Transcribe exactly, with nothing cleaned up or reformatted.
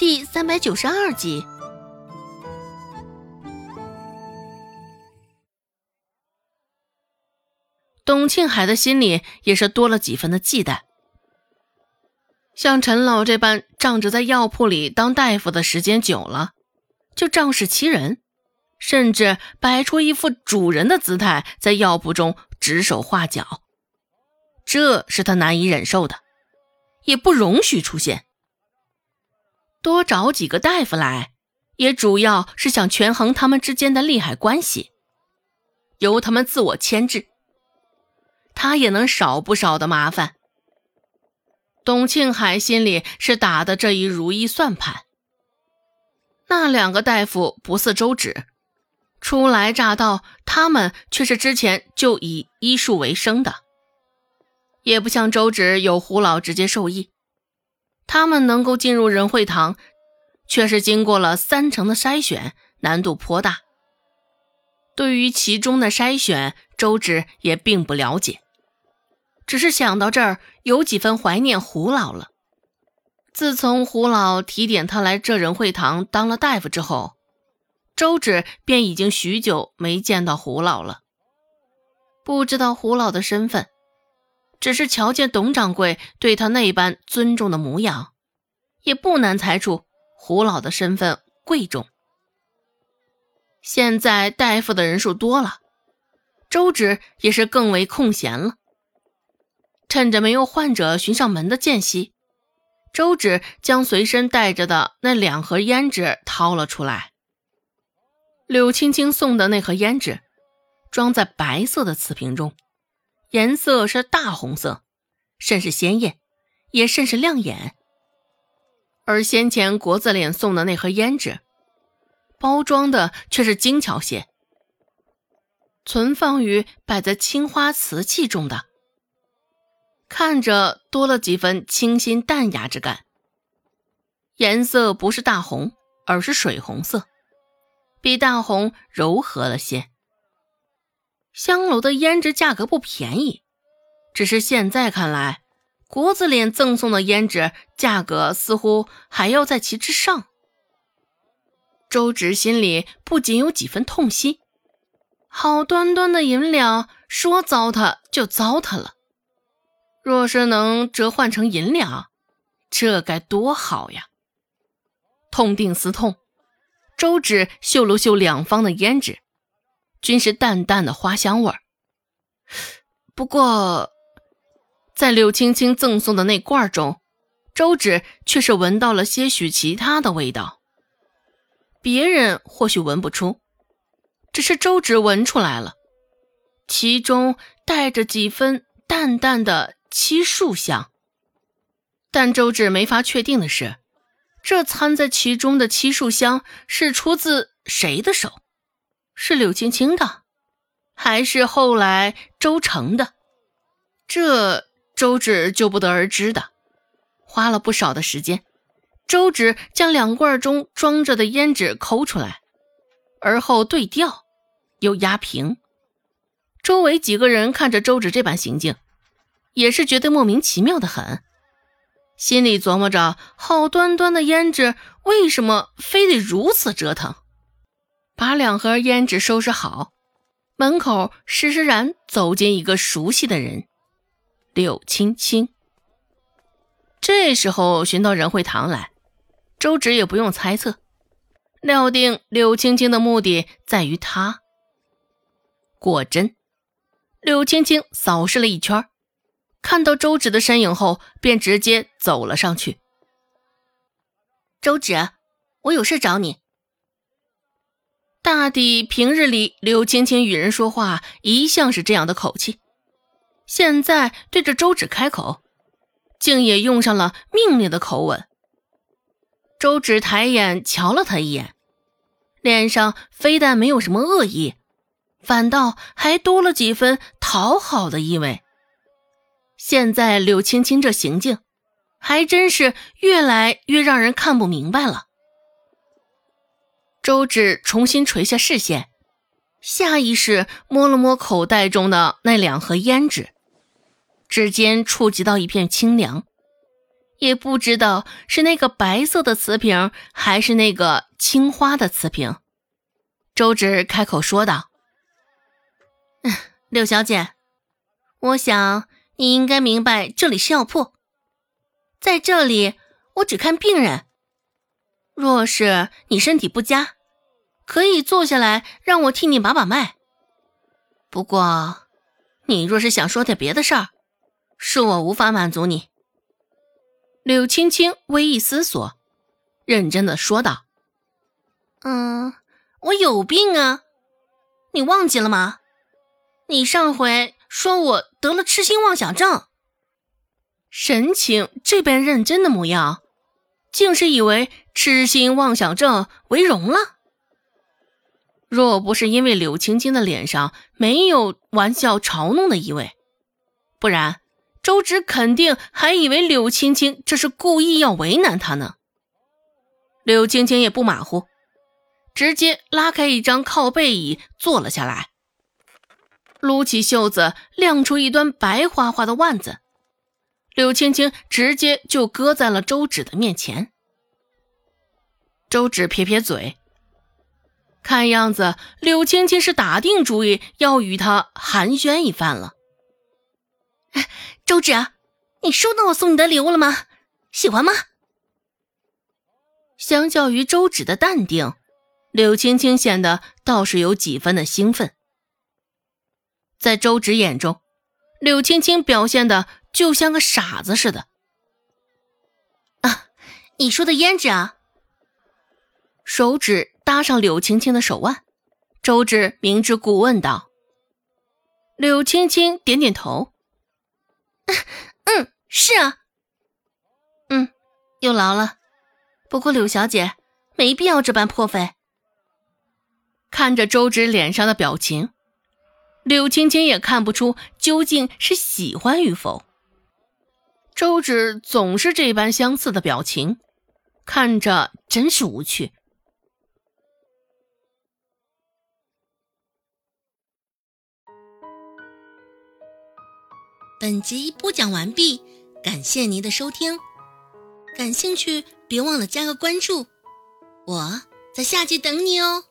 第三百九十二集。董庆海的心里也是多了几分的忌惮。像陈老这般仗着在药铺里当大夫的时间久了，就仗势欺人，甚至摆出一副主人的姿态在药铺中指手画脚，这是他难以忍受的，也不容许出现。多找几个大夫来，也主要是想权衡他们之间的利害关系，由他们自我牵制，他也能少不少的麻烦。董庆海心里是打的这一如意算盘。那两个大夫不似周芷，初来乍到，他们却是之前就以医术为生的，也不像周芷有胡老直接授意，他们能够进入仁惠堂，却是经过了三层的筛选，难度颇大。对于其中的筛选，周芷也并不了解，只是想到这儿，有几分怀念胡老了。自从胡老提点他来这仁惠堂当了大夫之后，周芷便已经许久没见到胡老了。不知道胡老的身份，只是瞧见董掌柜对他那般尊重的模样，也不难猜出胡老的身份贵重。现在大夫的人数多了，周芷也是更为空闲了。趁着没有患者寻上门的间隙，周芷将随身带着的那两盒胭脂掏了出来。柳青青送的那盒胭脂装在白色的瓷瓶中，颜色是大红色，甚是鲜艳，也甚是亮眼。而先前国字脸送的那盒胭脂，包装的却是精巧些，存放于摆在青花瓷器中的，看着多了几分清新淡雅之感。颜色不是大红，而是水红色，比大红柔和了些。香楼的胭脂价格不便宜，只是现在看来，国字脸赠送的胭脂价格似乎还要在其之上。周芷心里不仅有几分痛心，好端端的银两说糟蹋就糟蹋了，若是能折换成银两，这该多好呀。痛定思痛，周芷嗅了嗅两方的胭脂，均是淡淡的花香味儿。不过在柳青青赠送的那罐中，周芷却是闻到了些许其他的味道。别人或许闻不出，只是周芷闻出来了，其中带着几分淡淡的漆树香。但周芷没法确定的是，这掺在其中的漆树香是出自谁的手？是柳青青的，还是后来周成的？这周芷就不得而知的。花了不少的时间，周芷将两罐中装着的胭脂抠出来，而后对调，又压平。周围几个人看着周芷这般行径，也是觉得莫名其妙的很，心里琢磨着，好端端的胭脂为什么非得如此折腾。把两盒胭脂收拾好，门口施施然走进一个熟悉的人，柳青青。这时候寻到仁惠堂来，周芷也不用猜测，料定柳青青的目的在于他。果真，柳青青扫视了一圈，看到周芷的身影后，便直接走了上去。周芷，我有事找你。大抵平日里柳青青与人说话一向是这样的口气，现在对着周芷开口，竟也用上了命令的口吻。周芷抬眼瞧了他一眼，脸上非但没有什么恶意，反倒还多了几分讨好的意味。现在柳青青这行径，还真是越来越让人看不明白了。周芷重新垂下视线，下意识摸了摸口袋中的那两盒胭脂，指尖触及到一片清凉， 也不知道是那个白色的瓷瓶还是那个青花的瓷瓶。周芷开口说道：柳小姐，我想你应该明白这里是药铺，在这里我只看病人，若是你身体不佳，可以坐下来让我替你把把脉。不过你若是想说点别的事儿，是我无法满足你。柳青青微一思索，认真地说道：嗯，我有病啊，你忘记了吗？你上回说我得了痴心妄想症。神情这般认真的模样，竟是以为痴心妄想症为荣了。若不是因为柳青青的脸上没有玩笑嘲弄的意味，不然周芷肯定还以为柳青青这是故意要为难她呢。柳青青也不马虎，直接拉开一张靠背椅坐了下来，撸起袖子亮出一端白花花的腕子，柳青青直接就搁在了周芷的面前。周芷撇撇嘴，看样子柳青青是打定主意要与他寒暄一番了。周芷，你收到我送你的礼物了吗？喜欢吗？相较于周芷的淡定，柳青青显得倒是有几分的兴奋。在周芷眼中，柳青青表现的就像个傻子似的。啊，你说的胭脂啊？手指搭上柳青青的手腕，周芷明知故问道。柳青青点点头。嗯，是啊。嗯，有劳了。不过柳小姐没必要这般破费。看着周芷脸上的表情，柳青青也看不出究竟是喜欢与否。周芷总是这般相似的表情，看着真是无趣。 本集播讲完毕，感谢您的收听。感兴趣别忘了加个关注，我在下集等你哦。